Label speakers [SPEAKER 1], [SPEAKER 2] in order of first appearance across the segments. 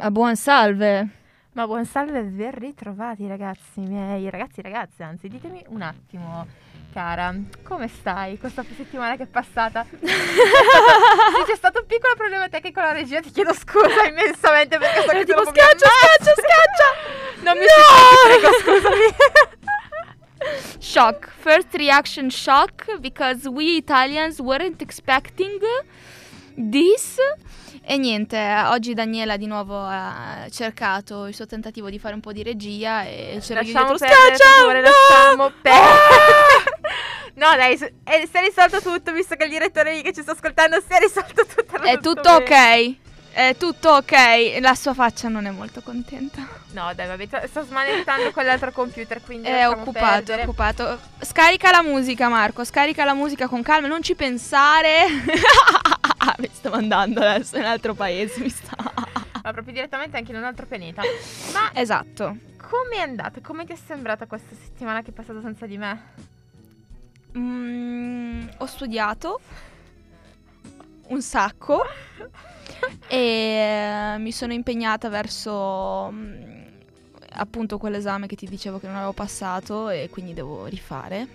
[SPEAKER 1] Buon salve.
[SPEAKER 2] Ma buon salve e ben ritrovati ragazzi miei, ragazze, anzi ditemi un attimo, cara, come stai questa settimana che è passata? Se c'è stato un piccolo problema tecnico con la regia ti chiedo scusa immensamente perché so che
[SPEAKER 1] tipo
[SPEAKER 2] sono
[SPEAKER 1] scaccia.
[SPEAKER 2] Non mi prego, scusami.
[SPEAKER 1] Shock. First reaction shock because we Italians weren't expecting this. E niente, oggi Daniela di nuovo ha cercato il suo tentativo di fare un po' di regia e c'era io dietro
[SPEAKER 2] lasciamo perdere. No dai, si è risolto tutto, visto che il direttore che ci sta ascoltando si è risolto tutto.
[SPEAKER 1] È tutto ok. È tutto ok. La sua faccia non è molto contenta.
[SPEAKER 2] No dai, vabbè, sto smanettando con l'altro computer, quindi
[SPEAKER 1] è occupato. Scarica la musica, Marco, scarica la musica con calma, non ci pensare. Mi sto andando adesso in un altro paese,
[SPEAKER 2] Ma proprio direttamente anche in un altro pianeta. Ma
[SPEAKER 1] esatto.
[SPEAKER 2] Come è andata? Come ti è sembrata questa settimana che è passata senza di me?
[SPEAKER 1] Ho studiato un sacco e mi sono impegnata verso appunto quell'esame che ti dicevo che non avevo passato e quindi devo rifare.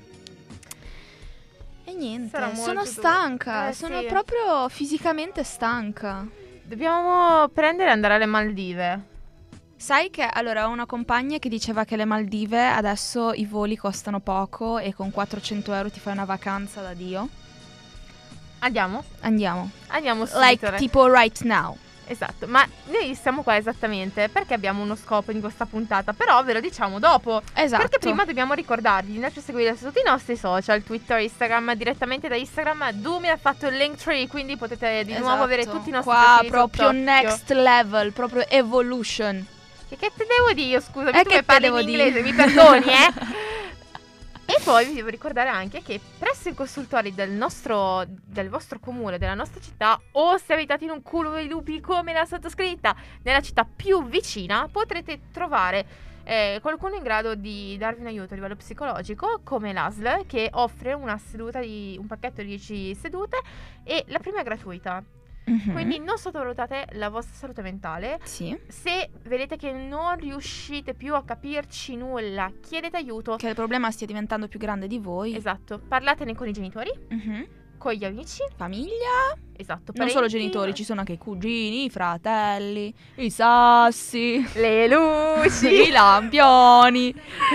[SPEAKER 1] E niente, sono stanca, sono proprio fisicamente stanca.
[SPEAKER 2] Dobbiamo prendere e andare alle Maldive.
[SPEAKER 1] Sai che allora ho una compagna che diceva che le Maldive adesso i voli costano poco e con 400 euro ti fai una vacanza da Dio.
[SPEAKER 2] Andiamo?
[SPEAKER 1] Andiamo
[SPEAKER 2] subito.
[SPEAKER 1] Like tipo right now.
[SPEAKER 2] Esatto, ma noi siamo qua esattamente perché abbiamo uno scopo in questa puntata, però ve lo diciamo dopo.
[SPEAKER 1] Esatto.
[SPEAKER 2] Perché prima dobbiamo ricordarvi di andarci a seguire su tutti i nostri social, Twitter, Instagram, direttamente da Instagram. Dumi ha fatto il Linktree, quindi potete di nuovo avere tutti i nostri
[SPEAKER 1] qua proprio next level, proprio evolution.
[SPEAKER 2] Che te devo dire io, scusami, tu
[SPEAKER 1] che
[SPEAKER 2] che parli in inglese, mi perdoni, E poi vi devo ricordare anche che presso i consultori del vostro comune, della nostra città, o se abitate in un culo dei lupi come la sottoscritta, nella città più vicina, potrete trovare qualcuno in grado di darvi un aiuto a livello psicologico, come l'ASL, che offre un pacchetto di 10 sedute e la prima è gratuita.
[SPEAKER 1] Mm-hmm.
[SPEAKER 2] Quindi non sottovalutate la vostra salute mentale.
[SPEAKER 1] Sì.
[SPEAKER 2] Se vedete che non riuscite più a capirci nulla, chiedete aiuto.
[SPEAKER 1] Che il problema stia diventando più grande di voi.
[SPEAKER 2] Esatto. Parlatene con i genitori, con gli amici,
[SPEAKER 1] famiglia.
[SPEAKER 2] Esatto.
[SPEAKER 1] Non solo genitori, ci sono anche i cugini, i fratelli, i sassi,
[SPEAKER 2] le luci,
[SPEAKER 1] i lampioni.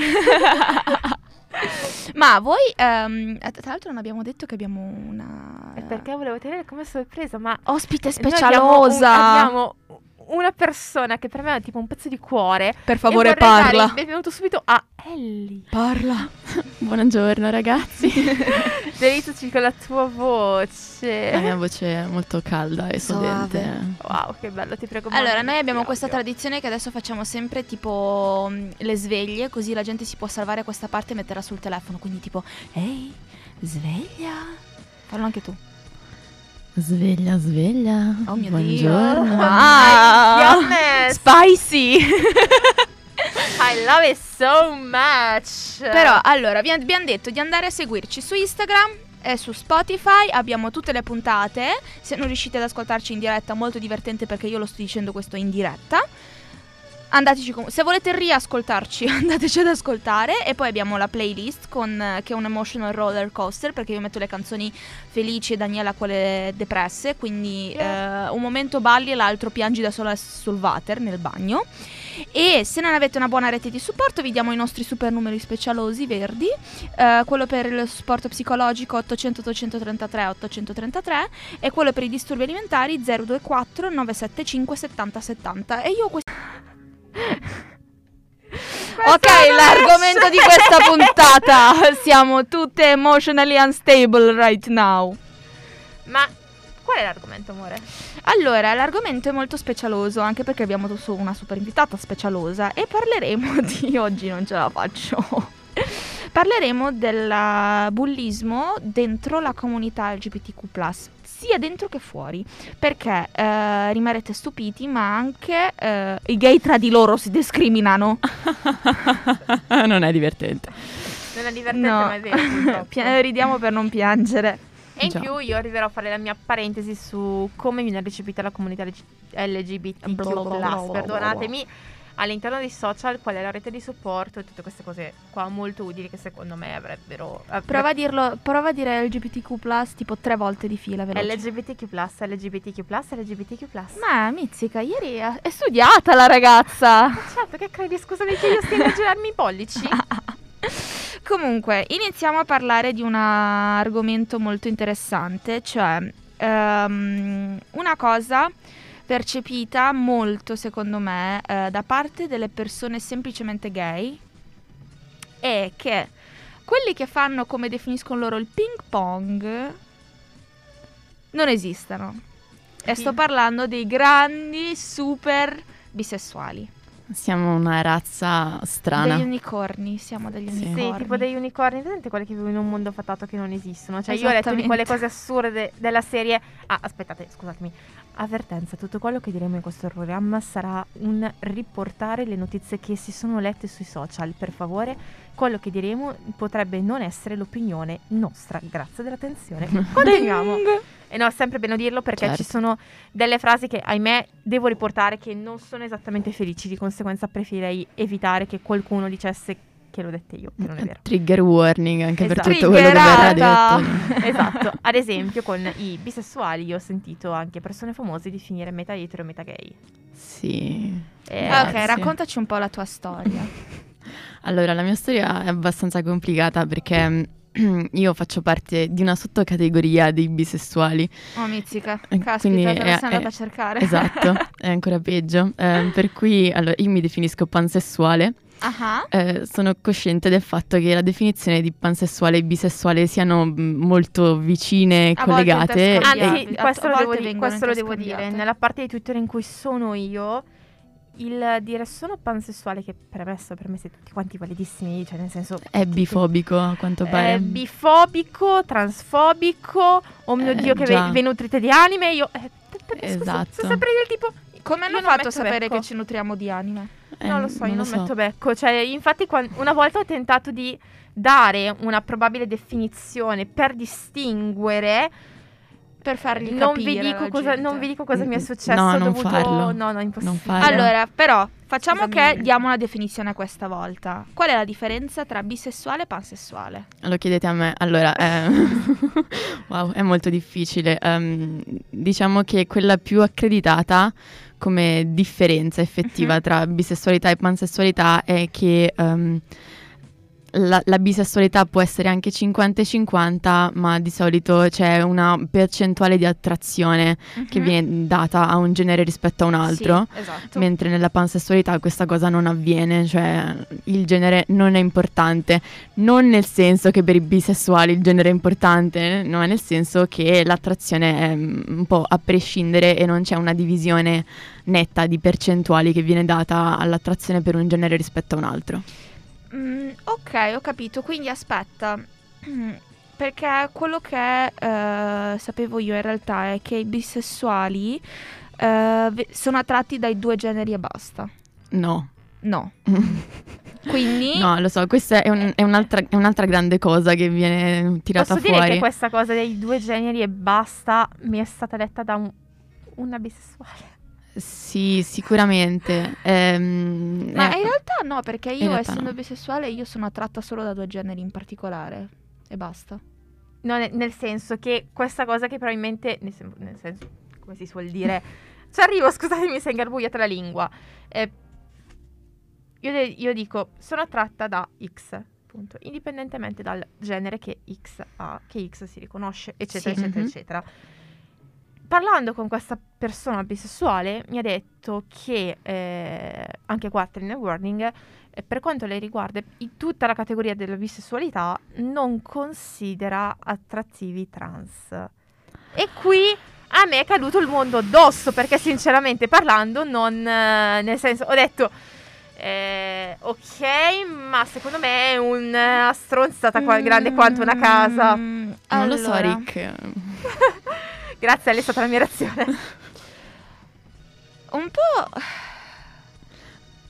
[SPEAKER 1] Ma voi, tra l'altro non abbiamo detto che abbiamo una...
[SPEAKER 2] È perché volevo tenere come sorpresa, ma...
[SPEAKER 1] ospite specialosa.
[SPEAKER 2] Abbiamo una persona che per me è tipo un pezzo di cuore.
[SPEAKER 1] Per favore parla.
[SPEAKER 2] Benvenuto subito a Ellie.
[SPEAKER 1] Parla.
[SPEAKER 3] Buongiorno ragazzi.
[SPEAKER 2] Delizzaci con la tua voce.
[SPEAKER 3] La mia voce è molto calda e sudente.
[SPEAKER 2] Wow, che bello, ti prego.
[SPEAKER 1] Allora, noi abbiamo questa tradizione che adesso facciamo sempre tipo le sveglie, così la gente si può salvare questa parte e metterla sul telefono. Quindi tipo, ehi, sveglia. Fallo anche tu.
[SPEAKER 3] Sveglia, sveglia.
[SPEAKER 1] Oh mio
[SPEAKER 3] Buongiorno.
[SPEAKER 1] Dio. Spicy.
[SPEAKER 2] I love it so much.
[SPEAKER 1] Però allora vi abbiamo detto di andare a seguirci su Instagram e su Spotify. Abbiamo tutte le puntate. Se non riuscite ad ascoltarci in diretta, molto divertente perché io lo sto dicendo questo in diretta. Andateci se volete riascoltarci, andateci ad ascoltare. E poi abbiamo la playlist che è un emotional roller coaster, perché io metto le canzoni felici e Daniela quelle depresse. Quindi un momento balli e l'altro piangi da sola sul water nel bagno. E se non avete una buona rete di supporto vi diamo i nostri super numeri specialosi verdi, quello per il supporto psicologico 800 833 833 e quello per i disturbi alimentari 024 975 70 70. E io ok, l'argomento di questa puntata. Siamo tutte emotionally unstable right now.
[SPEAKER 2] Ma qual è l'argomento, amore?
[SPEAKER 1] Allora, l'argomento è molto specialoso, anche perché abbiamo una super invitata specialosa. E parleremo di... oggi non ce la faccio. Parleremo del bullismo dentro la comunità LGBTQ+, sia dentro che fuori, perché rimarrete stupiti, ma anche i gay tra di loro si discriminano.
[SPEAKER 3] Non è divertente.
[SPEAKER 2] Non è divertente, no. Ma è vero.
[SPEAKER 1] Ridiamo per non piangere.
[SPEAKER 2] E in
[SPEAKER 3] Già.
[SPEAKER 2] più io arriverò a fare la mia parentesi su come viene recepita la comunità LGBTQ+, perdonatemi, all'interno dei social, qual è la rete di supporto e tutte queste cose qua molto utili che secondo me avrebbero...
[SPEAKER 1] Prova a dire LGBTQ+, tipo 3 volte di fila, veloce.
[SPEAKER 2] LGBTQ+, LGBTQ+, LGBTQ+.
[SPEAKER 1] Ma mizzica, ieri è studiata la ragazza.
[SPEAKER 2] Certo, che credi? Scusami che io stia a girarmi i pollici.
[SPEAKER 1] Comunque, iniziamo a parlare di un argomento molto interessante, cioè una cosa percepita molto, secondo me, da parte delle persone semplicemente gay, è che quelli che fanno, come definiscono loro, il ping pong non esistano. E sto parlando dei grandi super bisessuali.
[SPEAKER 3] Siamo una razza strana.
[SPEAKER 1] Degli unicorni, siamo degli
[SPEAKER 3] Sì.
[SPEAKER 1] unicorni.
[SPEAKER 2] Sì, tipo degli unicorni, presente quelli che vivono in un mondo fatato che non esistono. Cioè io ho letto di quelle cose assurde della serie. Ah, aspettate, scusatemi. Avvertenza, tutto quello che diremo in questo programma sarà un riportare le notizie che si sono lette sui social. Per favore, quello che diremo potrebbe non essere l'opinione nostra. Grazie dell'attenzione. Continuiamo. E no, è sempre bene dirlo perché
[SPEAKER 3] Certo.
[SPEAKER 2] ci sono delle frasi che, ahimè, devo riportare che non sono esattamente felici. Di conseguenza preferirei evitare che qualcuno dicesse che l'ho dette io, che non è vero.
[SPEAKER 3] Trigger warning anche per
[SPEAKER 2] Esatto.
[SPEAKER 3] tutto quello che verrà
[SPEAKER 1] Triggerata.
[SPEAKER 3] detto.
[SPEAKER 2] Esatto, ad esempio con i bisessuali io ho sentito anche persone famose definire metà etero e metà gay.
[SPEAKER 3] Sì.
[SPEAKER 2] Eh,
[SPEAKER 1] Ok,
[SPEAKER 3] Grazie.
[SPEAKER 1] raccontaci un po' la tua storia.
[SPEAKER 3] Allora, la mia storia è abbastanza complicata perché io faccio parte di una sottocategoria dei bisessuali.
[SPEAKER 1] Oh, mizzica.
[SPEAKER 3] Quindi
[SPEAKER 1] Caspita, te la
[SPEAKER 3] è-
[SPEAKER 1] sei andata a cercare.
[SPEAKER 3] Esatto, è ancora peggio. Per cui allora, io mi definisco pansessuale.
[SPEAKER 1] Ah,
[SPEAKER 3] Sono cosciente del fatto che la definizione di pansessuale e bisessuale siano molto vicine,
[SPEAKER 1] A volte
[SPEAKER 3] collegate.
[SPEAKER 1] interscambiabili.
[SPEAKER 2] Anzi,
[SPEAKER 1] A
[SPEAKER 2] questo, lo
[SPEAKER 1] volte
[SPEAKER 2] devo,
[SPEAKER 1] vengono
[SPEAKER 2] questo lo devo dire.
[SPEAKER 1] interscambiate.
[SPEAKER 2] Nella parte di Twitter in cui sono io, il dire sono pansessuale, che premesso per me siete tutti quanti validissimi, cioè nel senso...
[SPEAKER 3] È bifobico a quanto pare.
[SPEAKER 2] bifobico, transfobico, oh mio Dio che
[SPEAKER 3] già.
[SPEAKER 2] ve nutrite di anime, io...
[SPEAKER 3] Esatto.
[SPEAKER 2] Scusa, sempre del tipo...
[SPEAKER 1] come hanno
[SPEAKER 2] io non
[SPEAKER 1] fatto a
[SPEAKER 2] metto
[SPEAKER 1] sapere
[SPEAKER 2] becco.
[SPEAKER 1] che ci nutriamo di anime?
[SPEAKER 2] Non lo so, io non
[SPEAKER 3] so.
[SPEAKER 2] metto becco. Cioè, infatti, una volta ho tentato di dare una probabile definizione per distinguere.
[SPEAKER 1] Per fargli
[SPEAKER 2] Non
[SPEAKER 1] capire
[SPEAKER 2] vi dico
[SPEAKER 1] alla
[SPEAKER 2] cosa,
[SPEAKER 1] gente.
[SPEAKER 2] non vi dico cosa mi è
[SPEAKER 3] No,
[SPEAKER 2] successo.
[SPEAKER 3] non
[SPEAKER 2] ho dovuto...
[SPEAKER 3] farlo.
[SPEAKER 2] No, impossibile.
[SPEAKER 3] Non farlo.
[SPEAKER 1] Allora, però, facciamo
[SPEAKER 2] Scusami.
[SPEAKER 1] che diamo una definizione questa volta. Qual è la differenza tra bisessuale e pansessuale?
[SPEAKER 3] Lo chiedete a me. Allora, wow, è molto difficile. Diciamo che quella più accreditata come differenza effettiva tra bisessualità e pansessualità è che la bisessualità può essere anche 50-50, ma di solito c'è una percentuale di attrazione che viene data a un genere rispetto a un altro.
[SPEAKER 1] Sì, esatto.
[SPEAKER 3] Mentre nella pansessualità questa cosa non avviene, cioè il genere non è importante, non nel senso che per i bisessuali il genere è importante, ma nel senso che l'attrazione è un po' a prescindere e non c'è una divisione netta di percentuali che viene data all'attrazione per un genere rispetto a un altro.
[SPEAKER 1] Ok, ho capito. Quindi aspetta, perché quello che sapevo io in realtà è che i bisessuali sono attratti dai 2 generi e basta.
[SPEAKER 3] No.
[SPEAKER 1] No. Quindi
[SPEAKER 3] No, lo so, questa è un'altra grande cosa che viene tirata
[SPEAKER 2] Posso
[SPEAKER 3] fuori.
[SPEAKER 2] dire che questa cosa dei 2 generi e basta mi è stata detta da una bisessuale.
[SPEAKER 3] Sì, sicuramente.
[SPEAKER 1] ma in realtà no, perché
[SPEAKER 3] In
[SPEAKER 1] io
[SPEAKER 3] realtà
[SPEAKER 1] essendo
[SPEAKER 3] no.
[SPEAKER 1] bisessuale io sono attratta solo da 2 generi in particolare e basta.
[SPEAKER 2] No, nel senso che questa cosa che probabilmente, nel senso, come si suol dire, ci arrivo, scusatemi se ingarbugliata la lingua. Io dico, sono attratta da X, punto, indipendentemente dal genere che X ha, che X si riconosce, eccetera,
[SPEAKER 1] Sì.
[SPEAKER 2] eccetera, eccetera. Parlando con questa persona bisessuale mi ha detto che, anche qua trigger warning, per quanto lei riguarda tutta la categoria della bisessualità, non considera attrattivi trans. E qui a me è caduto il mondo addosso, perché sinceramente parlando non... nel senso, ho detto... ok, ma secondo me è una stronzata grande quanto una casa.
[SPEAKER 3] Non lo so,
[SPEAKER 1] Allora,
[SPEAKER 3] Rick.
[SPEAKER 2] Grazie, lei è stata la mia reazione.
[SPEAKER 1] un po'.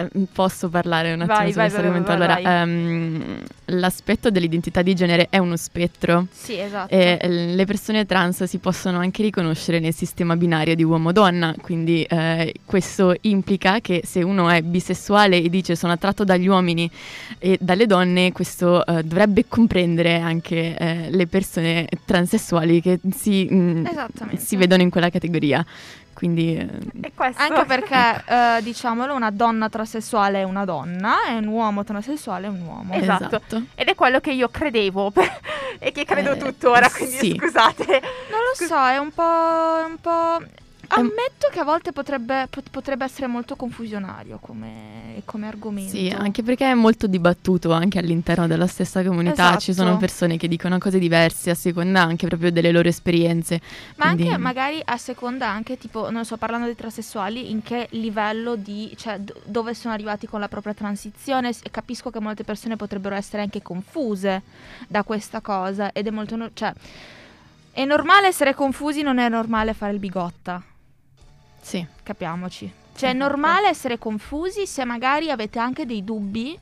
[SPEAKER 3] posso parlare un attimo
[SPEAKER 2] Vai,
[SPEAKER 3] su
[SPEAKER 2] vai,
[SPEAKER 3] questo
[SPEAKER 2] vai,
[SPEAKER 3] argomento?
[SPEAKER 2] vai,
[SPEAKER 3] Allora, l'aspetto dell'identità di genere è uno spettro.
[SPEAKER 1] Sì, esatto.
[SPEAKER 3] E le persone trans si possono anche riconoscere nel sistema binario di uomo-donna, quindi questo implica che se uno è bisessuale e dice sono attratto dagli uomini e dalle donne, questo dovrebbe comprendere anche le persone transessuali che si
[SPEAKER 1] Esattamente.
[SPEAKER 3] vedono in quella categoria. Quindi
[SPEAKER 2] E questo...
[SPEAKER 1] Anche perché, diciamolo, una donna transessuale è una donna e un uomo transessuale è un uomo.
[SPEAKER 2] Esatto. Ed è quello che io credevo e che credo tuttora, quindi
[SPEAKER 3] sì.
[SPEAKER 2] scusate.
[SPEAKER 1] Non lo so, è un po'... Ammetto che a volte potrebbe essere molto confusionario come argomento.
[SPEAKER 3] sì, anche perché è molto dibattuto anche all'interno della stessa comunità.
[SPEAKER 1] Esatto.
[SPEAKER 3] Ci sono persone che dicono cose diverse a seconda anche proprio delle loro esperienze.
[SPEAKER 1] Ma
[SPEAKER 3] Quindi-
[SPEAKER 1] anche magari a seconda anche tipo, non so, parlando dei transessuali, in che livello di, cioè dove sono arrivati con la propria transizione. E capisco che molte persone potrebbero essere anche confuse da questa cosa ed è molto, cioè è normale essere confusi, non è normale fare il bigotta.
[SPEAKER 3] Sì.
[SPEAKER 1] Capiamoci. Cioè è
[SPEAKER 2] Esatto.
[SPEAKER 1] normale essere confusi se magari avete anche dei dubbi,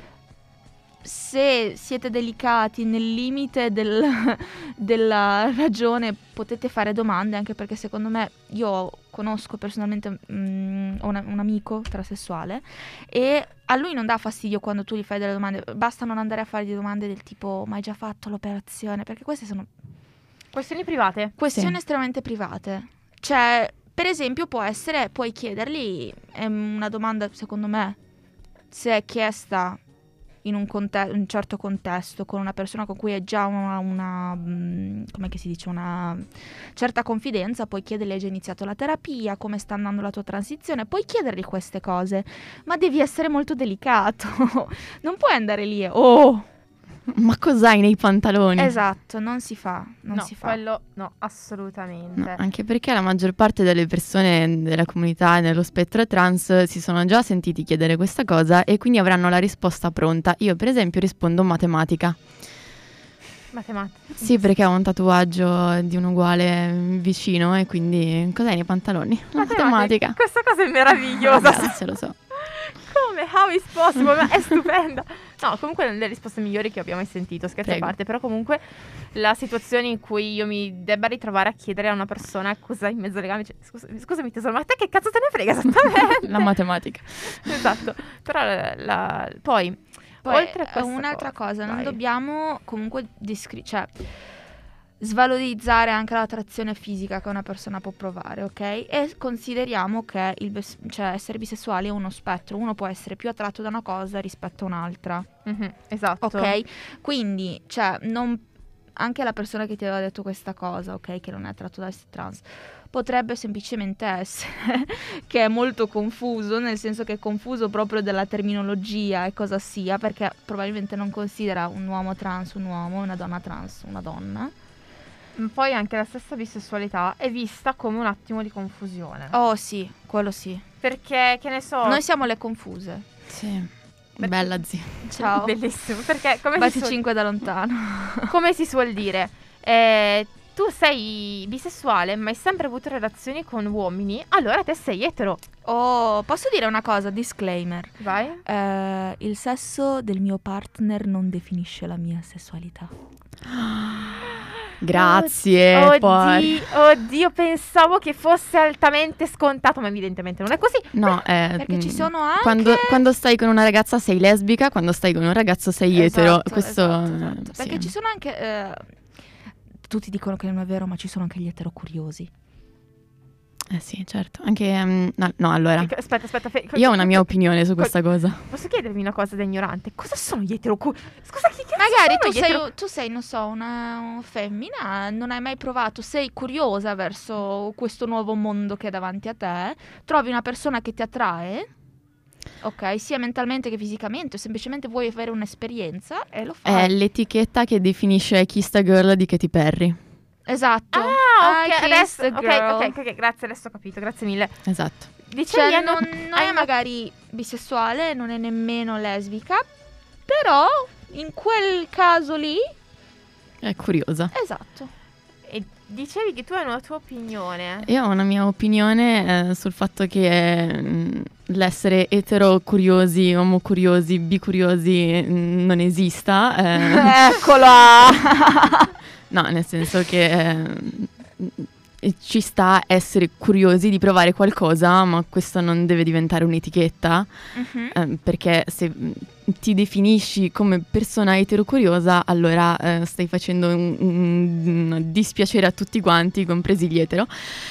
[SPEAKER 1] se siete delicati nel limite della ragione potete fare domande, anche perché secondo me, io conosco personalmente ho un amico transessuale e a lui non dà fastidio quando tu gli fai delle domande, basta non andare a fargli domande del tipo ma hai già fatto l'operazione, perché queste sono
[SPEAKER 2] Questioni private.
[SPEAKER 1] questioni
[SPEAKER 3] Sì.
[SPEAKER 1] estremamente private. Cioè, per esempio, puoi chiedergli, è una domanda, secondo me, se è chiesta in un certo contesto, con una persona con cui hai già come che si dice, una certa confidenza, puoi chiedergli hai già iniziato la terapia, come sta andando la tua transizione, puoi chiedergli queste cose, ma devi essere molto delicato. Non puoi andare lì e
[SPEAKER 3] Ma cos'hai nei pantaloni?
[SPEAKER 1] Esatto, non si fa, non
[SPEAKER 2] No,
[SPEAKER 1] si fa.
[SPEAKER 2] quello no, assolutamente.
[SPEAKER 3] No, anche perché la maggior parte delle persone della comunità nello spettro trans si sono già sentiti chiedere questa cosa e quindi avranno la risposta pronta. Io per esempio rispondo matematica.
[SPEAKER 2] Matematica.
[SPEAKER 3] Sì, perché ho un tatuaggio di un uguale vicino e quindi cos'hai nei pantaloni? La matematica.
[SPEAKER 2] Questa cosa è meravigliosa.
[SPEAKER 3] Grazie, lo so.
[SPEAKER 2] Come? How is possible? Ma è stupenda. No, comunque è una delle risposte migliori che abbia mai sentito, scherzi a
[SPEAKER 3] Prego.
[SPEAKER 2] parte. Però comunque la situazione in cui io mi debba ritrovare a chiedere a una persona cosa in mezzo alle gambe, cioè, scusami tesoro, ma te che cazzo te ne frega esattamente?
[SPEAKER 3] La matematica.
[SPEAKER 2] Esatto. Però poi
[SPEAKER 1] Poi,
[SPEAKER 2] oltre a questa
[SPEAKER 1] un'altra cosa, non
[SPEAKER 2] vai.
[SPEAKER 1] dobbiamo comunque svalorizzare anche l'attrazione fisica che una persona può provare, ok? E consideriamo che essere bisessuali è uno spettro, uno può essere più attratto da una cosa rispetto a un'altra,
[SPEAKER 2] Esatto.
[SPEAKER 1] ok? Quindi, anche la persona che ti aveva detto questa cosa, ok, che non è attratto da essere trans, potrebbe semplicemente essere che è molto confuso, nel senso che è confuso proprio della terminologia e cosa sia, perché probabilmente non considera un uomo trans un uomo, una donna trans una donna.
[SPEAKER 2] Poi anche la stessa bisessualità è vista come un attimo di confusione.
[SPEAKER 1] Oh sì, quello sì.
[SPEAKER 2] Perché, che ne so...
[SPEAKER 1] Noi siamo le confuse.
[SPEAKER 3] Sì.
[SPEAKER 2] Perché-
[SPEAKER 3] Bella zia.
[SPEAKER 1] Ciao.
[SPEAKER 2] Bellissimo, perché come
[SPEAKER 1] Batti 5 da lontano.
[SPEAKER 2] come si suol dire, tu sei bisessuale ma hai sempre avuto relazioni con uomini, allora te sei etero.
[SPEAKER 1] Oh, posso dire una cosa, disclaimer.
[SPEAKER 2] Vai.
[SPEAKER 1] Il sesso del mio partner non definisce la mia sessualità.
[SPEAKER 3] Grazie.
[SPEAKER 2] Oddio, pensavo che fosse altamente scontato, ma evidentemente non è così.
[SPEAKER 3] No,
[SPEAKER 1] Perché ci sono anche...
[SPEAKER 3] Quando stai con una ragazza sei lesbica, quando stai con un ragazzo sei etero. Questo
[SPEAKER 1] esatto.
[SPEAKER 3] sì.
[SPEAKER 1] Perché ci sono anche... tutti dicono che non è vero, ma ci sono anche gli etero curiosi.
[SPEAKER 3] Sì, certo. Anche no, allora.
[SPEAKER 2] Aspetta.
[SPEAKER 3] Io ho una mia opinione su questa cosa.
[SPEAKER 2] Posso chiedervi una cosa da ignorante? Cosa sono gli etero? Scusa, chi cazzo
[SPEAKER 1] Magari
[SPEAKER 2] sono gli etero?
[SPEAKER 1] tu sei, non so, una femmina, non hai mai provato, sei curiosa verso questo nuovo mondo che è davanti a te, trovi una persona che ti attrae, ok, sia mentalmente che fisicamente, o semplicemente vuoi avere un'esperienza e lo fai.
[SPEAKER 3] È l'etichetta che definisce Kiss the Girl di Katy Perry.
[SPEAKER 1] Esatto.
[SPEAKER 2] Ah,
[SPEAKER 1] I
[SPEAKER 2] ok,
[SPEAKER 1] kissed
[SPEAKER 2] adesso,
[SPEAKER 1] the girl.
[SPEAKER 2] ok, grazie, adesso ho capito, grazie mille.
[SPEAKER 3] Esatto.
[SPEAKER 2] Dicevi,
[SPEAKER 1] Cioè non è magari bisessuale, non è nemmeno lesbica, però in quel caso lì,
[SPEAKER 3] È curiosa.
[SPEAKER 1] esatto.
[SPEAKER 2] E Dicevi che tu hai una tua opinione.
[SPEAKER 3] Io ho una mia opinione sul fatto che l'essere etero curiosi, omocuriosi, bicuriosi non esista.
[SPEAKER 1] Eccola!
[SPEAKER 3] No, nel senso che ci sta essere curiosi di provare qualcosa, ma questo non deve diventare un'etichetta, perché se ti definisci come persona eterocuriosa, allora stai facendo un dispiacere a tutti quanti, compresi gli etero,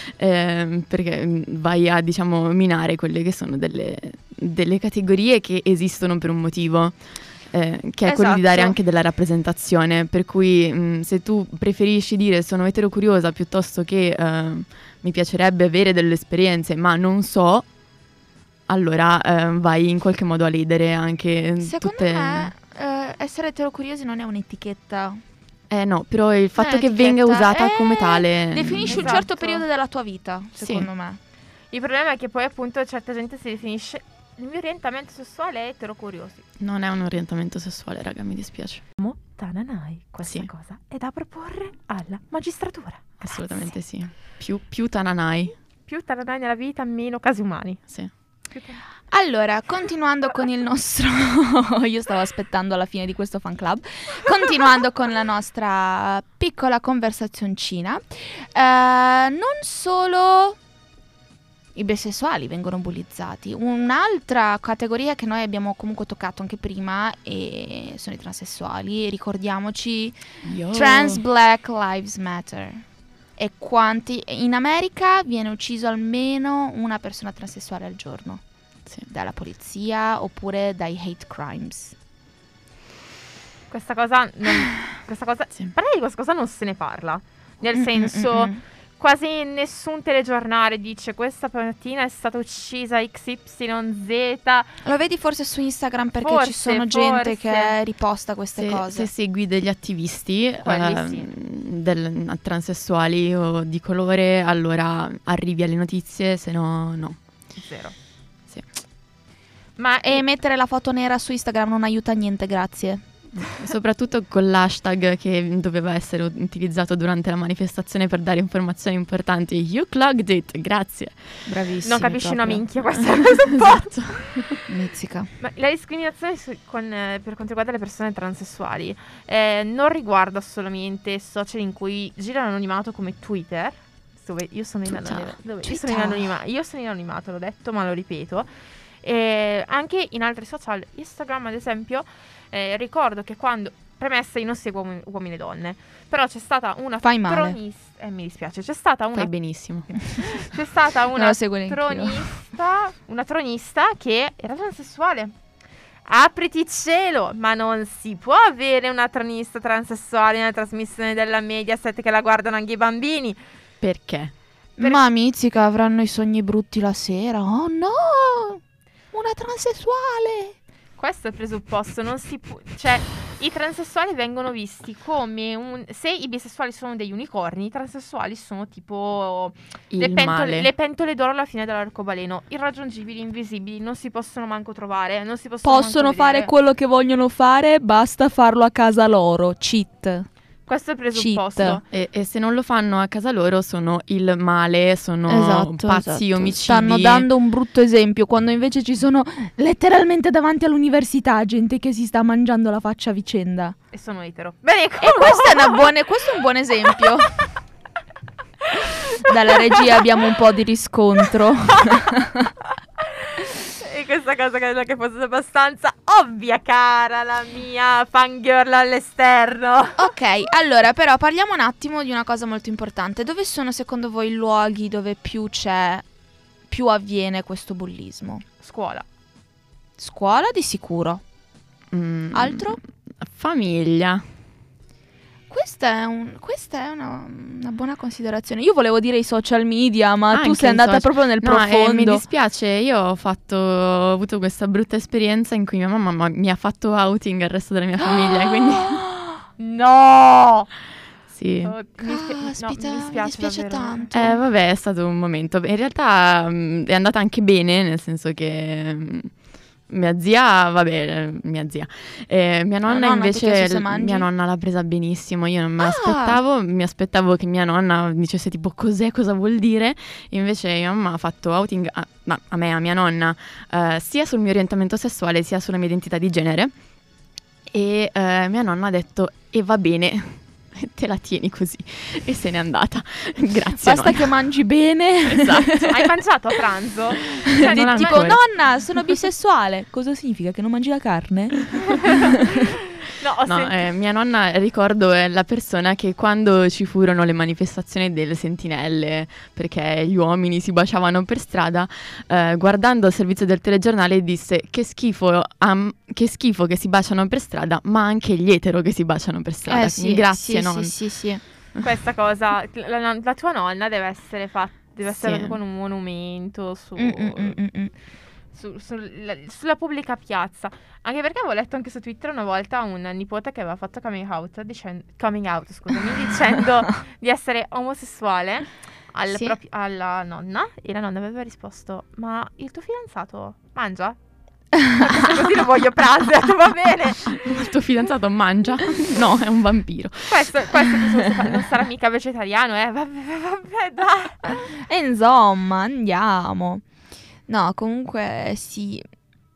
[SPEAKER 3] perché vai a, diciamo, minare quelle che sono delle categorie che esistono per un motivo. Che è quello di dare anche della rappresentazione, per cui se tu preferisci dire sono eterocuriosa piuttosto che mi piacerebbe avere delle esperienze ma non so, allora vai in qualche modo a ledere anche
[SPEAKER 1] Secondo me essere eterocuriosi non è un'etichetta.
[SPEAKER 3] No, però il fatto che venga usata come tale
[SPEAKER 1] definisci un certo periodo della tua vita, secondo me.
[SPEAKER 2] Il problema è che poi appunto certa gente si definisce il mio orientamento sessuale è eterocuriosi.
[SPEAKER 3] Non è un orientamento sessuale, raga, mi dispiace.
[SPEAKER 2] Tananai, questa cosa è da proporre alla magistratura. Grazie.
[SPEAKER 3] Assolutamente sì. Più Tananai.
[SPEAKER 2] Più Tananai nella vita, meno casi umani.
[SPEAKER 3] Sì.
[SPEAKER 1] Allora, continuando con il nostro... Io stavo aspettando alla fine di questo fan club. Continuando con la nostra piccola conversazioncina. Non solo... i bisessuali vengono bullizzati. Un'altra categoria che noi abbiamo comunque toccato anche prima sono i transessuali. Ricordiamoci, Trans Black Lives Matter. E in America viene ucciso almeno una persona transessuale al giorno. Dalla polizia oppure dai hate crimes.
[SPEAKER 2] Questa cosa parlare di questa cosa non se ne parla. Nel senso... Quasi nessun telegiornale dice questa mattina è stata uccisa XYZ.
[SPEAKER 1] Lo vedi forse su Instagram perché ci sono gente che riposta queste cose.
[SPEAKER 3] Se segui degli attivisti transessuali o di colore, allora arrivi alle notizie, se no no.
[SPEAKER 2] Zero.
[SPEAKER 3] Sì.
[SPEAKER 1] E mettere la foto nera su Instagram non aiuta niente, grazie.
[SPEAKER 3] Soprattutto con l'hashtag che doveva essere utilizzato durante la manifestazione per dare informazioni importanti. You clogged it, grazie.
[SPEAKER 1] Bravissimo.
[SPEAKER 2] Non capisci una minchia questa cosa.
[SPEAKER 3] Esatto.
[SPEAKER 1] Mizzica.
[SPEAKER 2] Ma la discriminazione per quanto riguarda le persone transessuali non riguarda solamente social in cui gira l'anonimato come Twitter, dove io sono in anonimato, l'ho detto ma lo ripeto. Anche in altri social, Instagram ad esempio. Ricordo che quando, premessa, io non seguo uomini e donne, però c'è stata una tronista, mi dispiace, c'è stata una...
[SPEAKER 3] Fai benissimo.
[SPEAKER 2] C'è stata una
[SPEAKER 1] tronista
[SPEAKER 2] che era transessuale. Apriti il cielo, ma non si può avere una tronista transessuale nella trasmissione della Mediaset che la guardano anche i bambini.
[SPEAKER 3] Perché?
[SPEAKER 1] Ma mizzica, avranno i sogni brutti la sera. Oh no! Una transessuale!
[SPEAKER 2] Questo è il presupposto, non si può, cioè i transessuali vengono visti come se i bisessuali sono degli unicorni, i transessuali sono tipo le pentole d'oro alla fine dell'arcobaleno, irraggiungibili, invisibili, non si possono manco trovare, non si possono
[SPEAKER 1] fare quello che vogliono fare, basta farlo a casa loro, cheat.
[SPEAKER 2] Questo è il presupposto.
[SPEAKER 3] E se non lo fanno a casa loro sono il male, sono pazzi, omicidi.
[SPEAKER 1] Stanno dando un brutto esempio, quando invece ci sono letteralmente davanti all'università gente che si sta mangiando la faccia a vicenda.
[SPEAKER 2] E sono etero. Bene,
[SPEAKER 1] questo è un buon esempio. Dalla regia abbiamo un po' di riscontro.
[SPEAKER 2] E questa cosa credo che fosse abbastanza ovvia, cara la mia fangirl all'esterno.
[SPEAKER 1] Ok, allora però parliamo un attimo di una cosa molto importante. Dove sono secondo voi i luoghi dove più avviene questo bullismo? Scuola di sicuro. Altro?
[SPEAKER 3] Famiglia.
[SPEAKER 1] Questa è una buona considerazione. Io volevo dire i social media, ma tu sei andata proprio nel profondo.
[SPEAKER 3] Mi dispiace, io ho avuto questa brutta esperienza in cui mia mamma mi ha fatto outing al resto della mia famiglia, quindi...
[SPEAKER 2] No!
[SPEAKER 3] Sì.
[SPEAKER 1] Caspita, mi dispiace tanto.
[SPEAKER 3] Vabbè, è stato un momento. In realtà è andata anche bene, nel senso che... mia zia, mia nonna
[SPEAKER 1] nonna,
[SPEAKER 3] invece,
[SPEAKER 1] ti ha chiesto se mangi?
[SPEAKER 3] mia nonna l'ha presa benissimo, io non me l'aspettavo, mi aspettavo che mia nonna dicesse tipo cos'è, cosa vuol dire, invece mia mamma ha fatto outing a me, a mia nonna, sia sul mio orientamento sessuale sia sulla mia identità di genere, e mia nonna ha detto e va bene, te la tieni così, e se n'è andata. Grazie,
[SPEAKER 1] Basta
[SPEAKER 3] nonna.
[SPEAKER 1] che mangi bene.
[SPEAKER 3] Esatto.
[SPEAKER 2] Hai mangiato a pranzo?
[SPEAKER 3] Non
[SPEAKER 1] Tipo,
[SPEAKER 3] ancora.
[SPEAKER 1] nonna, sono bisessuale. Cosa significa? Che non mangi la carne?
[SPEAKER 2] No,
[SPEAKER 3] No, mia nonna, ricordo, è la persona che quando ci furono le manifestazioni delle sentinelle, perché gli uomini si baciavano per strada, guardando il servizio del telegiornale disse che schifo che si baciano per strada, ma anche gli etero che si baciano per strada. Quindi grazie,
[SPEAKER 1] sì,
[SPEAKER 3] nonna.
[SPEAKER 1] sì.
[SPEAKER 2] questa cosa, la tua nonna deve essere fatta, deve essere
[SPEAKER 3] Sì.
[SPEAKER 2] con un monumento
[SPEAKER 1] Mm.
[SPEAKER 2] sulla pubblica piazza. Anche perché avevo letto anche su Twitter una volta un nipote che aveva fatto coming out dicendo di essere omosessuale
[SPEAKER 1] Sì.
[SPEAKER 2] alla nonna, e la nonna aveva risposto: ma il tuo fidanzato mangia? Così lo voglio pranzo, e ho detto, va bene.
[SPEAKER 3] Il tuo fidanzato mangia? No, è un vampiro.
[SPEAKER 2] Questo non sarà mica vegetariano, vabbè, dai.
[SPEAKER 1] E insomma, andiamo. No, comunque sì.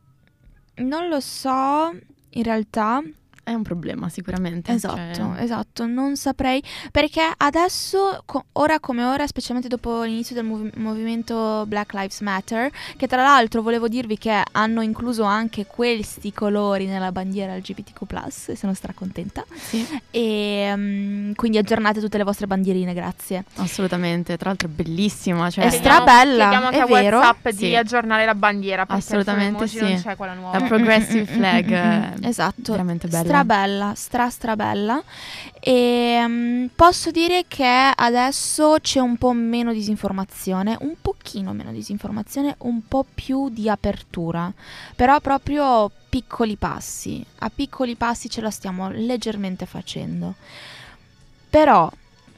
[SPEAKER 1] Non lo so, in realtà.
[SPEAKER 3] È un problema sicuramente.
[SPEAKER 1] Esatto, non saprei, perché adesso, ora come ora, specialmente dopo l'inizio del movimento Black Lives Matter, che tra l'altro volevo dirvi che hanno incluso anche questi colori nella bandiera LGBTQ+, e sono stracontenta,
[SPEAKER 3] Sì,
[SPEAKER 1] e quindi aggiornate tutte le vostre bandierine, grazie.
[SPEAKER 3] assolutamente. Tra l'altro è bellissima. Cioè,
[SPEAKER 1] È strabella,
[SPEAKER 2] Chiediamo anche
[SPEAKER 1] è
[SPEAKER 2] a
[SPEAKER 1] vero?
[SPEAKER 2] WhatsApp
[SPEAKER 3] Sì.
[SPEAKER 2] di aggiornare la bandiera, perché
[SPEAKER 3] Assolutamente
[SPEAKER 2] su emoji non
[SPEAKER 3] sì.
[SPEAKER 2] c'è quella nuova.
[SPEAKER 3] La progressive flag è
[SPEAKER 1] Esatto,
[SPEAKER 3] veramente bella.
[SPEAKER 1] strabella, strabella. E posso dire che adesso c'è un po' meno disinformazione, un pochino meno disinformazione, un po' più di apertura, però proprio piccoli passi, a piccoli passi ce la stiamo leggermente facendo. Però,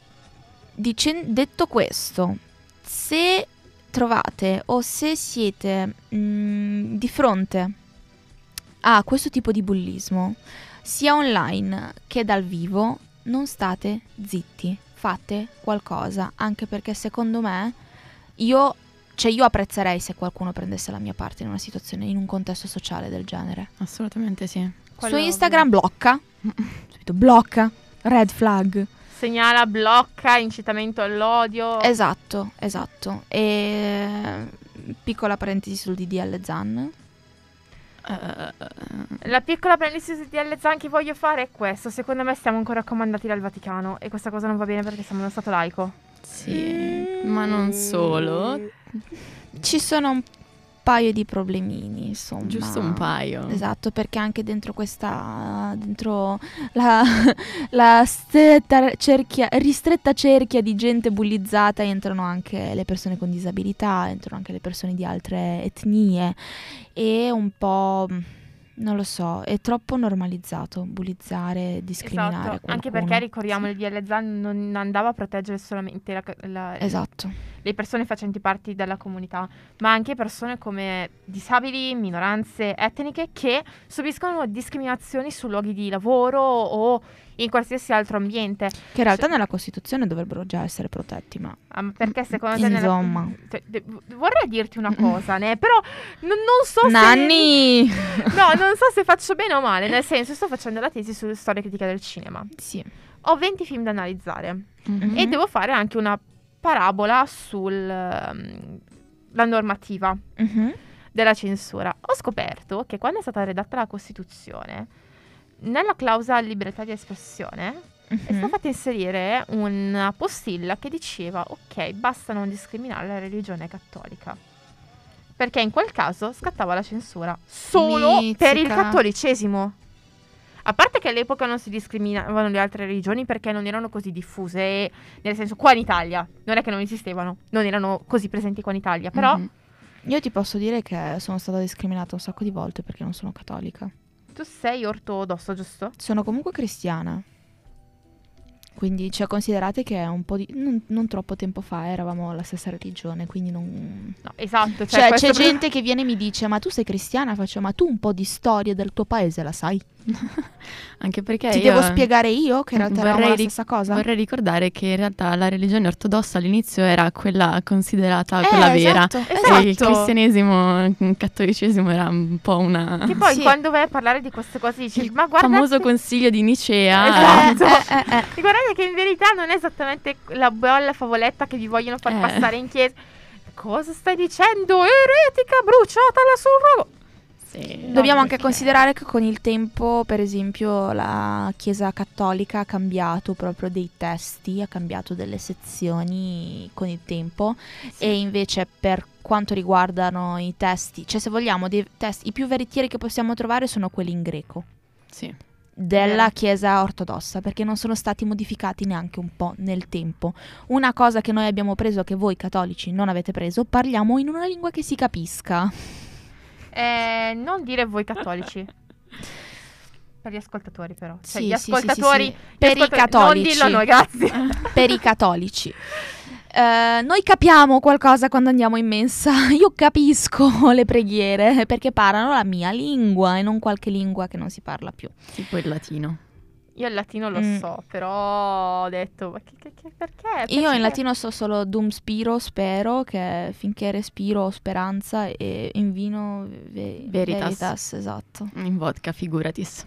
[SPEAKER 1] detto questo, se trovate o se siete di fronte a questo tipo di bullismo, sia online che dal vivo, non state zitti, fate qualcosa, anche perché secondo me io apprezzerei se qualcuno prendesse la mia parte in una situazione, in un contesto sociale del genere.
[SPEAKER 3] Assolutamente sì.
[SPEAKER 2] Quello
[SPEAKER 1] Su Instagram blocca, subito blocca, red flag.
[SPEAKER 2] Segnala, blocca, incitamento all'odio.
[SPEAKER 1] Esatto. E piccola parentesi sul DDL Zan.
[SPEAKER 2] La piccola parentesi di DDL Zan che voglio fare è questo: secondo me stiamo ancora raccomandati dal Vaticano, e questa cosa non va bene perché siamo uno stato laico.
[SPEAKER 3] Sì, ma non solo.
[SPEAKER 1] Ci sono un paio di problemini, insomma.
[SPEAKER 3] Giusto un paio.
[SPEAKER 1] Esatto, perché anche dentro la ristretta cerchia di gente bullizzata entrano anche le persone con disabilità, entrano anche le persone di altre etnie, e un po', non lo so, è troppo normalizzato bullizzare, discriminare qualcuno.
[SPEAKER 2] Anche perché ricordiamo il DDL Zan non andava a proteggere solamente
[SPEAKER 1] Esatto.
[SPEAKER 2] le persone facenti parte della comunità, ma anche persone come disabili, minoranze etniche che subiscono discriminazioni su luoghi di lavoro o in qualsiasi altro ambiente.
[SPEAKER 1] Che in realtà nella Costituzione dovrebbero già essere protetti, ma
[SPEAKER 2] Perché secondo te
[SPEAKER 1] insomma.
[SPEAKER 2] vorrei dirti una cosa, però non so
[SPEAKER 1] Nanni!
[SPEAKER 2] No, non so se faccio bene o male, nel senso, sto facendo la tesi sulle storie critiche del cinema.
[SPEAKER 1] Sì.
[SPEAKER 2] Ho 20 film da analizzare
[SPEAKER 3] Mhm.
[SPEAKER 2] e devo fare anche una parabola sulla normativa
[SPEAKER 1] Mhm.
[SPEAKER 2] della censura. Ho scoperto che quando è stata redatta la Costituzione, nella clausola libertà di espressione è stata fatta inserire una postilla che diceva: ok, basta non discriminare la religione cattolica, perché in quel caso scattava la censura solo per il
[SPEAKER 1] Mizzica.
[SPEAKER 2] cattolicesimo. A parte che all'epoca non si discriminavano le altre religioni perché non erano così diffuse, nel senso, qua in Italia, non è che non esistevano, non erano così presenti qua in Italia, però
[SPEAKER 3] Mhm.
[SPEAKER 1] Io ti posso dire che sono stata discriminata un sacco di volte perché non sono cattolica.
[SPEAKER 2] tu sei ortodosso, giusto?
[SPEAKER 1] Sono comunque cristiana. Quindi, cioè, considerate che è un po' di... non troppo tempo fa eravamo la stessa religione, quindi non...
[SPEAKER 2] No, esatto.
[SPEAKER 1] Cioè,
[SPEAKER 2] questo
[SPEAKER 1] c'è gente che viene e mi dice, ma tu sei cristiana? Faccio, ma tu un po' di storia del tuo paese la sai?
[SPEAKER 3] Anche perché
[SPEAKER 1] Ti devo spiegare io che in realtà eravamo la stessa cosa?
[SPEAKER 3] Vorrei ricordare che in realtà la religione ortodossa all'inizio era quella considerata quella vera.
[SPEAKER 1] Esatto.
[SPEAKER 3] E il cristianesimo, il cattolicesimo era un po' una...
[SPEAKER 2] Che poi
[SPEAKER 1] Sì.
[SPEAKER 2] quando vai a parlare di queste cose dici,
[SPEAKER 3] il
[SPEAKER 2] ma guardate...
[SPEAKER 3] famoso concilio di Nicea.
[SPEAKER 2] Esatto. E guardate che in verità non è esattamente la bella favoletta che vi vogliono far passare in chiesa. Cosa stai dicendo? Eretica bruciatela sul rogo.
[SPEAKER 3] Sì,
[SPEAKER 1] Dobbiamo anche
[SPEAKER 3] perché-
[SPEAKER 1] considerare che con il tempo, per esempio, la Chiesa Cattolica ha cambiato proprio dei testi, ha cambiato delle sezioni con il tempo, e invece per quanto riguardano i testi, cioè se vogliamo dei testi, i più veritieri che possiamo trovare sono quelli in greco
[SPEAKER 3] Sì.
[SPEAKER 1] della
[SPEAKER 2] Vero.
[SPEAKER 1] Chiesa ortodossa, perché non sono stati modificati neanche un po' nel tempo. Una cosa che noi abbiamo preso, che voi cattolici non avete preso: parliamo in una lingua che si capisca.
[SPEAKER 2] Non dire voi cattolici. Per gli ascoltatori però. Cioè
[SPEAKER 1] Sì,
[SPEAKER 2] gli
[SPEAKER 1] sì, sì,
[SPEAKER 2] ascoltatori...
[SPEAKER 1] sì, sì.
[SPEAKER 2] gli
[SPEAKER 1] Per i
[SPEAKER 2] ascoltatori-
[SPEAKER 1] cattolici.
[SPEAKER 2] Non dillo a noi, grazie.
[SPEAKER 1] Per i cattolici. Noi capiamo qualcosa quando andiamo in mensa. Io capisco le preghiere perché parlano la mia lingua e non qualche lingua che non si parla più.
[SPEAKER 3] Tipo il latino.
[SPEAKER 2] Io il latino lo so, però ho detto, ma perché?
[SPEAKER 1] Io in
[SPEAKER 2] Perché?
[SPEAKER 1] latino so solo dum spiro, spero, che finché respiro ho speranza, e in vino veritas, esatto.
[SPEAKER 3] In vodka, figuratis.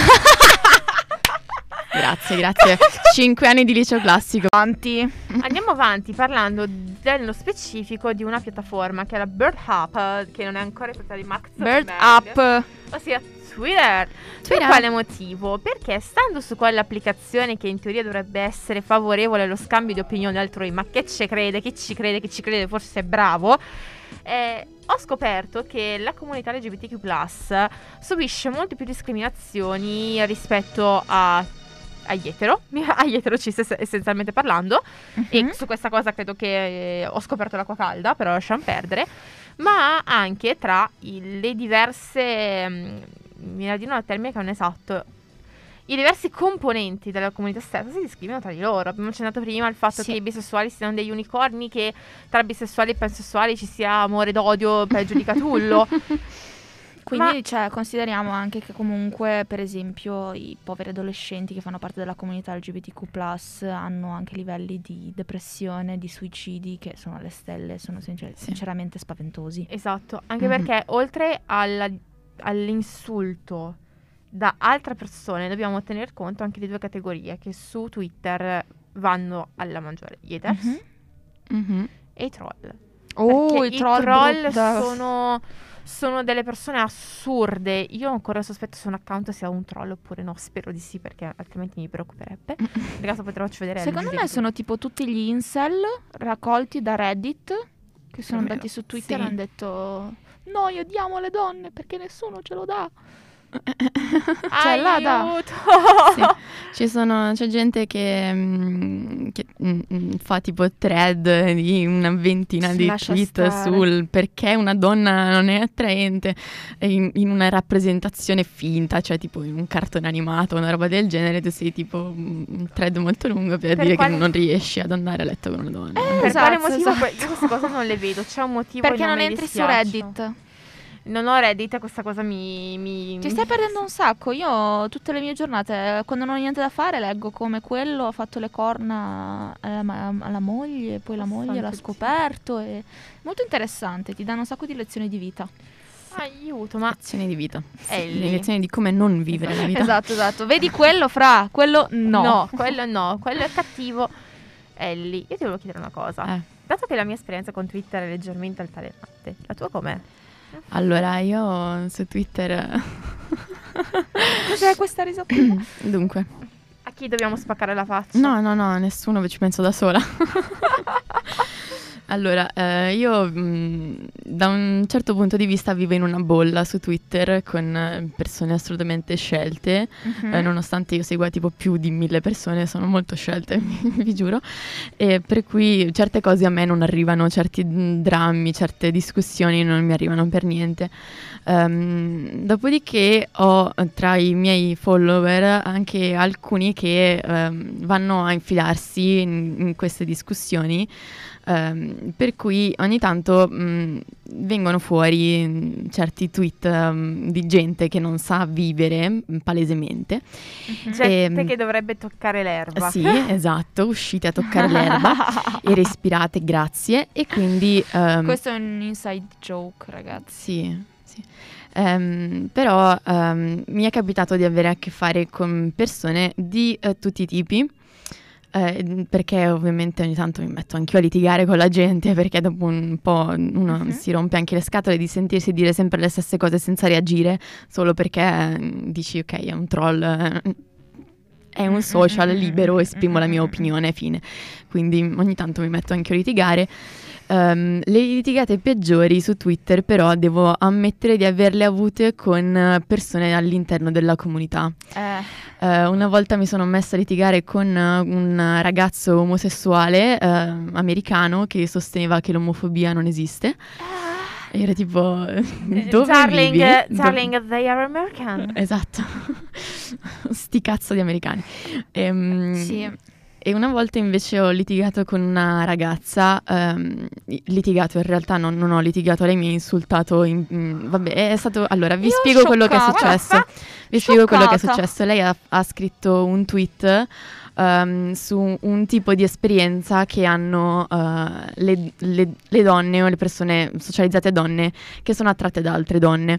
[SPEAKER 3] Grazie. 5 anni di liceo classico.
[SPEAKER 1] Avanti.
[SPEAKER 2] Andiamo avanti parlando nello specifico di una piattaforma che è la Bird Up, che non è ancora stata di Max
[SPEAKER 1] Bird
[SPEAKER 2] Zuckerberg,
[SPEAKER 1] up.
[SPEAKER 2] ossia Twitter. Per quale motivo? Perché stando su quell'applicazione che in teoria dovrebbe essere favorevole allo scambio di opinioni altrui, ma che ci crede, forse è bravo, ho scoperto che la comunità LGBTQ+ subisce molte più discriminazioni rispetto agli etero cis essenzialmente parlando. E su questa cosa credo che ho scoperto l'acqua calda, però lasciamo perdere. Ma anche tra le diverse, mi viene a dire un termine che non è esatto, i diversi componenti della comunità stessa si discriminano tra di loro. Abbiamo accennato prima al fatto che i bisessuali siano degli unicorni, che tra bisessuali e pansessuali ci sia amore d'odio peggio di Catullo.
[SPEAKER 1] Quindi cioè, consideriamo anche che comunque, per esempio, i poveri adolescenti che fanno parte della comunità LGBTQ+ hanno anche livelli di depressione, di suicidi che sono alle stelle, sono sinceramente spaventosi.
[SPEAKER 2] Esatto, anche perché oltre all'insulto da altre persone dobbiamo tener conto anche di due categorie che su Twitter vanno alla maggiore: gli haters e i troll. Perché
[SPEAKER 1] I troll
[SPEAKER 2] sono delle persone assurde. Io ancora sospetto se un account sia un troll oppure no. Spero di sì, perché altrimenti mi preoccuperebbe. Nel caso poi te lo faccio vedere.
[SPEAKER 1] Secondo me sono tipo tutti gli incel raccolti da Reddit, che sono andati su Twitter e hanno detto: noi odiamo le donne perché nessuno ce lo dà. Cioè, là
[SPEAKER 3] Sì. C'è gente che fa tipo thread di una ventina di tweet sul perché una donna non è attraente in una rappresentazione finta, cioè tipo in un cartone animato, una roba del genere. Tu sei tipo un thread molto lungo per dire che non riesci ad andare a letto con una donna.
[SPEAKER 2] Per quale motivo? Io queste cose non le vedo. C'è un motivo
[SPEAKER 1] perché
[SPEAKER 2] e
[SPEAKER 1] non
[SPEAKER 2] mi
[SPEAKER 1] entri su
[SPEAKER 2] dispiace.
[SPEAKER 1] Reddit.
[SPEAKER 2] Non ho Reddit, questa cosa mi...
[SPEAKER 1] Ti stai perdendo un sacco. Io tutte le mie giornate, quando non ho niente da fare, leggo come quello ha fatto le corna alla moglie, poi la moglie l'ha scoperto. È molto interessante, ti danno un sacco di lezioni di vita.
[SPEAKER 2] Aiuto, ma...
[SPEAKER 3] Lezioni di vita.
[SPEAKER 2] Ellie.
[SPEAKER 3] Lezioni di come non vivere la vita.
[SPEAKER 1] Esatto. Vedi quello, quello no.
[SPEAKER 2] No, quello è cattivo. Ellie, io ti volevo chiedere una cosa. Dato che la mia esperienza con Twitter è leggermente altalenante, la tua com'è?
[SPEAKER 3] Allora, io su Twitter...
[SPEAKER 1] Cos'è questa risatina?
[SPEAKER 3] Dunque.
[SPEAKER 2] A chi dobbiamo spaccare la faccia?
[SPEAKER 3] No, nessuno, ci penso da sola. Allora, io da un certo punto di vista vivo in una bolla su Twitter con persone assolutamente scelte, nonostante io segua tipo più di 1000 persone, sono molto scelte, vi giuro, e per cui certe cose a me non arrivano, certi drammi, certe discussioni non mi arrivano per niente. Dopodiché ho tra i miei follower anche alcuni che vanno a infilarsi in queste discussioni. Per cui ogni tanto vengono fuori certi tweet di gente che non sa vivere palesemente.
[SPEAKER 2] Gente che dovrebbe toccare l'erba.
[SPEAKER 3] Sì, esatto, uscite a toccare l'erba e respirate, grazie. E quindi
[SPEAKER 1] questo è un inside joke, ragazzi.
[SPEAKER 3] Sì. Però mi è capitato di avere a che fare con persone di tutti i tipi. Perché ovviamente ogni tanto mi metto anch'io a litigare con la gente, perché dopo un po' uno si rompe anche le scatole di sentirsi dire sempre le stesse cose senza reagire, solo perché dici ok, è un troll, è un social libero, esprimo la mia opinione, fine. Quindi ogni tanto mi metto anche a litigare. Le litigate peggiori su Twitter però devo ammettere di averle avute con persone all'interno della comunità. Una volta mi sono messa a litigare con un ragazzo omosessuale americano che sosteneva che l'omofobia non esiste. E era tipo, dove vivi?
[SPEAKER 2] Darling, they are American.
[SPEAKER 3] Esatto. Sti cazzo di americani.
[SPEAKER 1] Sì.
[SPEAKER 3] E una volta invece ho litigato con una ragazza, litigato in realtà non ho litigato, lei mi ha insultato, vabbè è stato, allora vi spiego quello che è successo, lei ha scritto un tweet su un tipo di esperienza che hanno le donne o le persone socializzate donne che sono attratte da altre donne.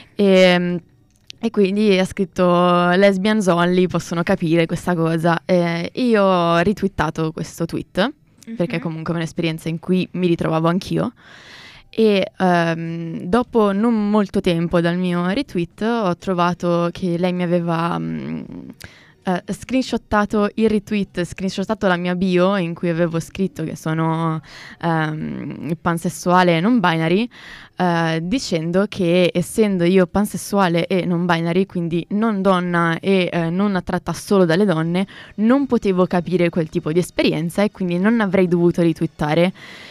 [SPEAKER 3] E quindi ha scritto lesbians only possono capire questa cosa. Io ho ritwittato questo tweet perché comunque è un'esperienza in cui mi ritrovavo anch'io. E dopo non molto tempo dal mio retweet ho trovato che lei mi aveva screenshottato il retweet, screenshottato la mia bio in cui avevo scritto che sono pansessuale e non binary, dicendo che essendo io pansessuale e non binary, quindi non donna e non attratta solo dalle donne, non potevo capire quel tipo di esperienza e quindi non avrei dovuto ritwittare.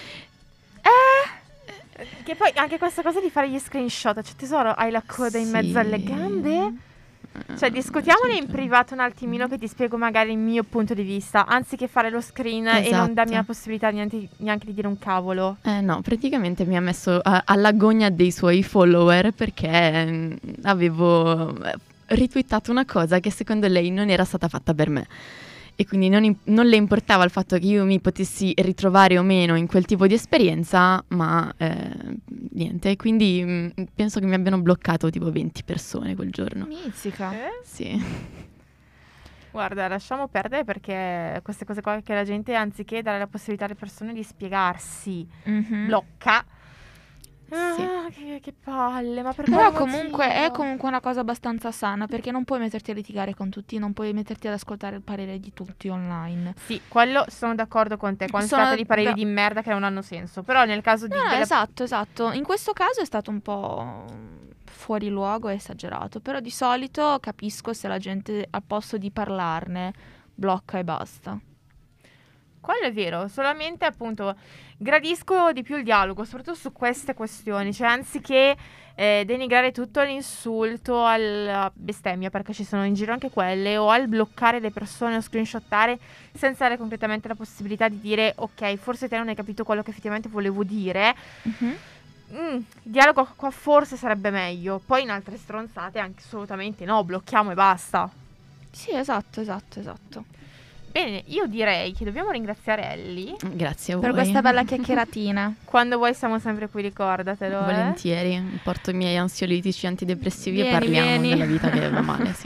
[SPEAKER 2] Che poi anche questa cosa di fare gli screenshot, cioè tesoro, hai la coda in mezzo alle gambe? Cioè discutiamone in privato un attimino che ti spiego magari il mio punto di vista, anziché fare lo screen e non darmi la possibilità neanche di dire un cavolo.
[SPEAKER 3] No, praticamente mi ha messo all'agonia dei suoi follower perché avevo ritwittato una cosa che secondo lei non era stata fatta per me. E quindi non le importava il fatto che io mi potessi ritrovare o meno in quel tipo di esperienza, ma niente. Quindi penso che mi abbiano bloccato tipo 20 persone quel giorno.
[SPEAKER 1] Mizzica.
[SPEAKER 3] Sì.
[SPEAKER 2] Guarda, lasciamo perdere perché queste cose qua che la gente, anziché dare la possibilità alle persone di spiegarsi, blocca.
[SPEAKER 1] Sì.
[SPEAKER 2] Che palle, ma per
[SPEAKER 1] però
[SPEAKER 2] quale
[SPEAKER 1] comunque
[SPEAKER 2] motivo?
[SPEAKER 1] è comunque una cosa abbastanza sana, perché non puoi metterti a litigare con tutti, non puoi metterti ad ascoltare il parere di tutti online.
[SPEAKER 2] Sì, quello sono d'accordo con te, quando si tratta di pareri di merda che non hanno senso, però nel caso di
[SPEAKER 1] esatto, in questo caso è stato un po' fuori luogo e esagerato, però di solito capisco se la gente al posto di parlarne blocca e basta.
[SPEAKER 2] Quello è vero, solamente appunto gradisco di più il dialogo, soprattutto su queste questioni, cioè anziché denigrare tutto all'insulto, alla bestemmia, perché ci sono in giro anche quelle, o al bloccare le persone o screenshottare senza dare completamente la possibilità di dire ok, forse te non hai capito quello che effettivamente volevo dire. Il dialogo qua forse sarebbe meglio, poi in altre stronzate anche assolutamente no, blocchiamo e basta.
[SPEAKER 1] Sì, esatto.
[SPEAKER 2] Bene, io direi che dobbiamo ringraziare Ellie.
[SPEAKER 3] Grazie a voi.
[SPEAKER 1] Per questa bella chiacchieratina.
[SPEAKER 2] Quando vuoi siamo sempre qui, ricordatelo.
[SPEAKER 3] Volentieri, porto i miei ansiolitici antidepressivi e
[SPEAKER 1] Vieni,
[SPEAKER 3] parliamo
[SPEAKER 1] vieni.
[SPEAKER 3] della vita che va male. Sì.